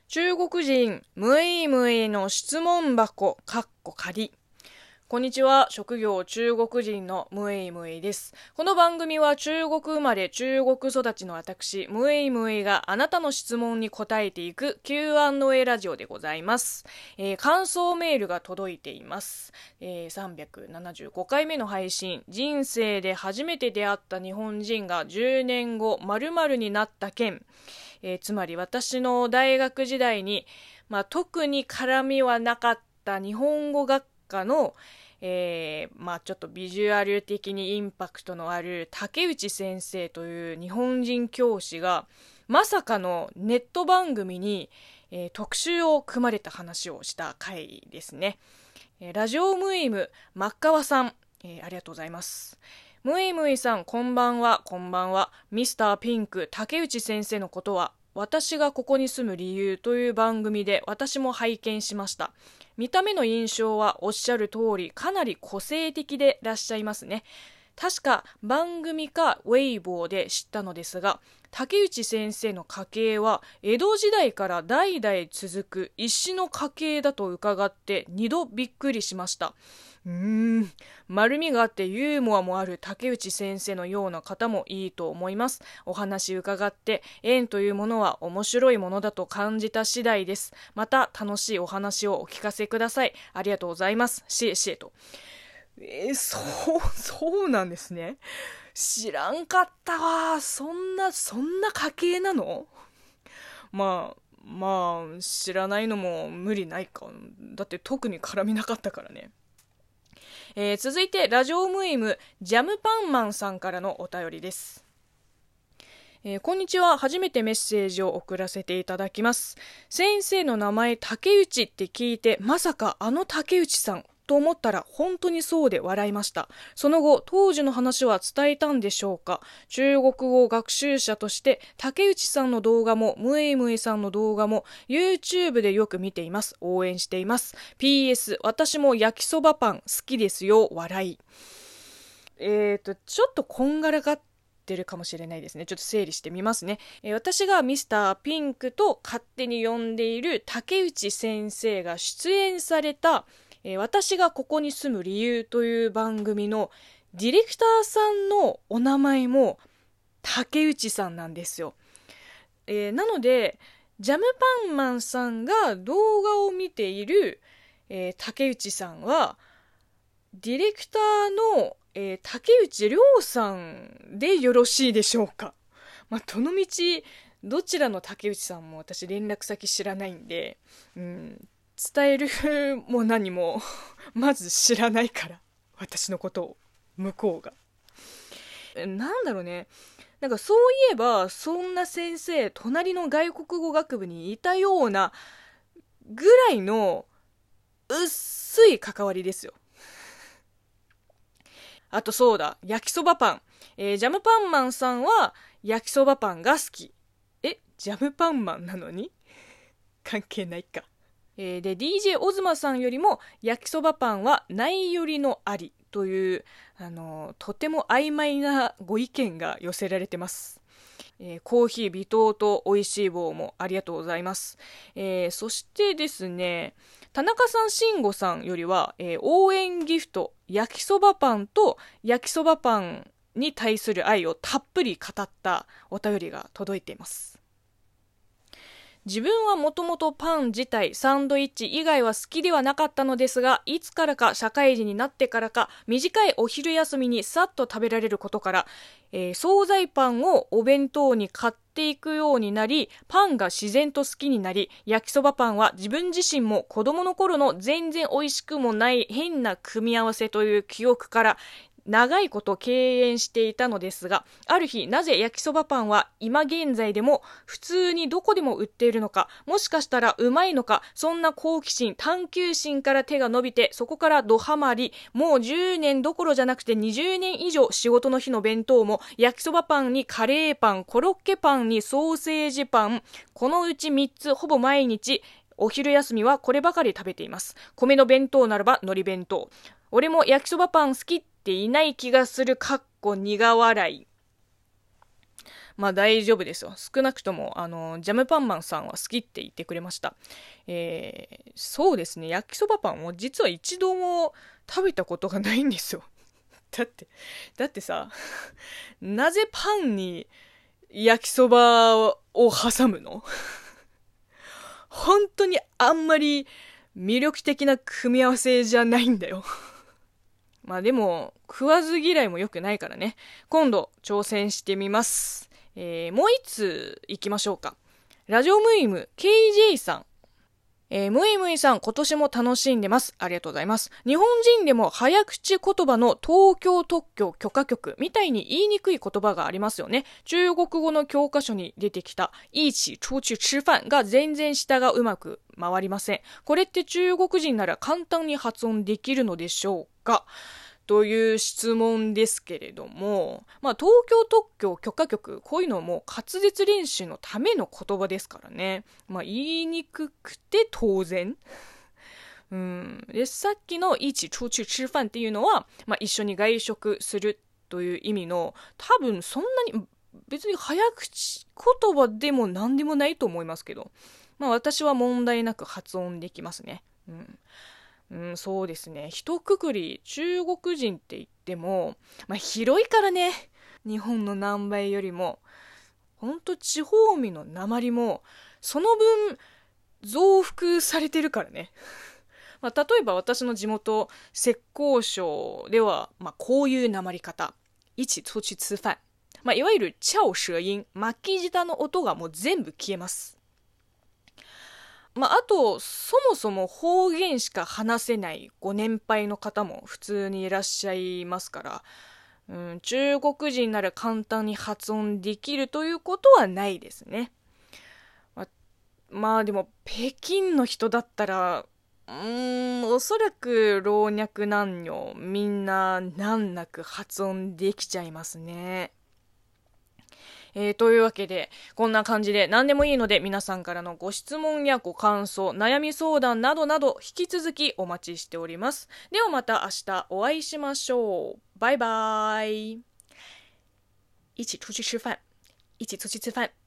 中国人ムイムイの質問箱仮。こんにちは。職業中国人のムイムイです。この番組は中国生まれ中国育ちの私ムイムイがあなたの質問に答えていく Q&A ラジオでございます。感想メールが届いています。375回目の配信。人生で初めて出会った日本人が10年後〇〇になった件。つまり私の大学時代に、特に絡みはなかった日本語学科の、ちょっとビジュアル的にインパクトのある竹内先生という日本人教師がまさかのネット番組に、特集を組まれた話をした回ですね。ラジオムイムマッカワさん、ありがとうございます。ムイムイさん、こんばんは。こんばんは。ミスターピンク竹内先生のことは私がここに住む理由という番組で私も拝見しました。見た目の印象はおっしゃる通りかなり個性的でいらっしゃいますね。確か番組かウェイボーで知ったのですが、竹内先生の家系は江戸時代から代々続く石の家系だと伺って2度びっくりしました。丸みがあってユーモアもある竹内先生のような方もいいと思います。お話伺って縁というものは面白いものだと感じた次第です。また楽しいお話をお聞かせください。ありがとうございます。シエシエと。そうなんですね。知らんかったわ。そんな家系なの？知らないのも無理ないか。だって特に絡みなかったからね。続いてラジオムイムジャムパンマンさんからのお便りです。こんにちは。初めてメッセージを送らせていただきます。先生の名前竹内って聞いて、まさかあの竹内さんと思ったら本当にそうで笑いました。その後当時の話は伝えたんでしょうか。中国語学習者として竹内さんの動画もムイムイさんの動画も YouTube でよく見ています。応援しています。 PS 私も焼きそばパン好きですよ。笑い。ちょっとこんがらがってるかもしれないですね。ちょっと整理してみますね。私がミスターピンクと勝手に呼んでいる竹内先生が出演された私がここに住む理由という番組のディレクターさんのお名前も竹内さんなんですよ。なのでジャムパンマンさんが動画を見ている、竹内さんはディレクターの、竹内涼さんでよろしいでしょうか。どのみちどちらの竹内さんも私連絡先知らないんで、伝えるも何もまず知らないから、私のことを向こうがなんだろうね。なんかそういえばそんな先生隣の外国語学部にいたようなぐらいの薄い関わりですよ。あとそうだ、焼きそばパン、ジャムパンマンさんは焼きそばパンが好き。ジャムパンマンなのに関係ないか。で DJ オズマさんよりも焼きそばパンはないよりのありというとても曖昧なご意見が寄せられてます。コーヒー微糖と美味しい棒もありがとうございます。そしてですね、田中さん慎吾さんよりは、応援ギフト焼きそばパンと焼きそばパンに対する愛をたっぷり語ったお便りが届いています。自分はもともとパン自体、サンドイッチ以外は好きではなかったのですが、いつからか社会人になってからか、短いお昼休みにさっと食べられることから、惣菜パンをお弁当に買っていくようになり、パンが自然と好きになり、焼きそばパンは自分自身も子供の頃の全然美味しくもない変な組み合わせという記憶から、長いこと敬遠していたのですが、ある日なぜ焼きそばパンは今現在でも普通にどこでも売っているのか、もしかしたらうまいのか、そんな好奇心探求心から手が伸びて、そこからドハマり、もう10年どころじゃなくて20年以上、仕事の日の弁当も焼きそばパンにカレーパン、コロッケパンにソーセージパン、このうち3つほぼ毎日お昼休みはこればかり食べています。米の弁当ならば海苔弁当。俺も焼きそばパン好きっていない気がする。苦笑い。 まあ大丈夫ですよ。少なくとも、ジャムパンマンさんは好きって言ってくれました。そうですね、焼きそばパンを実は一度も食べたことがないんですよ。だってさ、なぜパンに焼きそばを挟むの？本当にあんまり魅力的な組み合わせじゃないんだよ。まあでも、食わず嫌いも良くないからね。今度挑戦してみます。もう一つ行きましょうか。ラジオムイム KJ さん。ムイムイさん、今年も楽しんでます。ありがとうございます。日本人でも早口言葉の東京特許許可局みたいに言いにくい言葉がありますよね。中国語の教科書に出てきた一起出去吃飯が全然下がうまく回りません。これって中国人なら簡単に発音できるのでしょうか？という質問ですけれども、まあ東京特許許可局、こういうのも滑舌練習のための言葉ですからね。まあ言いにくくて当然。で、さっきの一起出去吃飯っていうのは、まあ一緒に外食するという意味の、多分そんなに別に早口言葉でも何でもないと思いますけど、まあ私は問題なく発音できますね。そうですね。一括り中国人って言っても、まあ広いからね。日本の何倍よりも。ほんと地方民の訛も、その分増幅されてるからね。まあ例えば私の地元、浙江省では、まあこういう訛り方。一起出去吃飯。まあいわゆる超舌音、巻き舌の音がもう全部消えます。まあ、あと、そもそも方言しか話せないご年配の方も普通にいらっしゃいますから、中国人なら簡単に発音できるということはないですね。まあでも、北京の人だったら、おそらく老若男女みんな難なく発音できちゃいますね。というわけで、こんな感じで何でもいいので皆さんからのご質問やご感想、悩み相談などなど引き続きお待ちしております。ではまた明日お会いしましょう。バイバイ。一起出去吃饭。一起出去吃饭。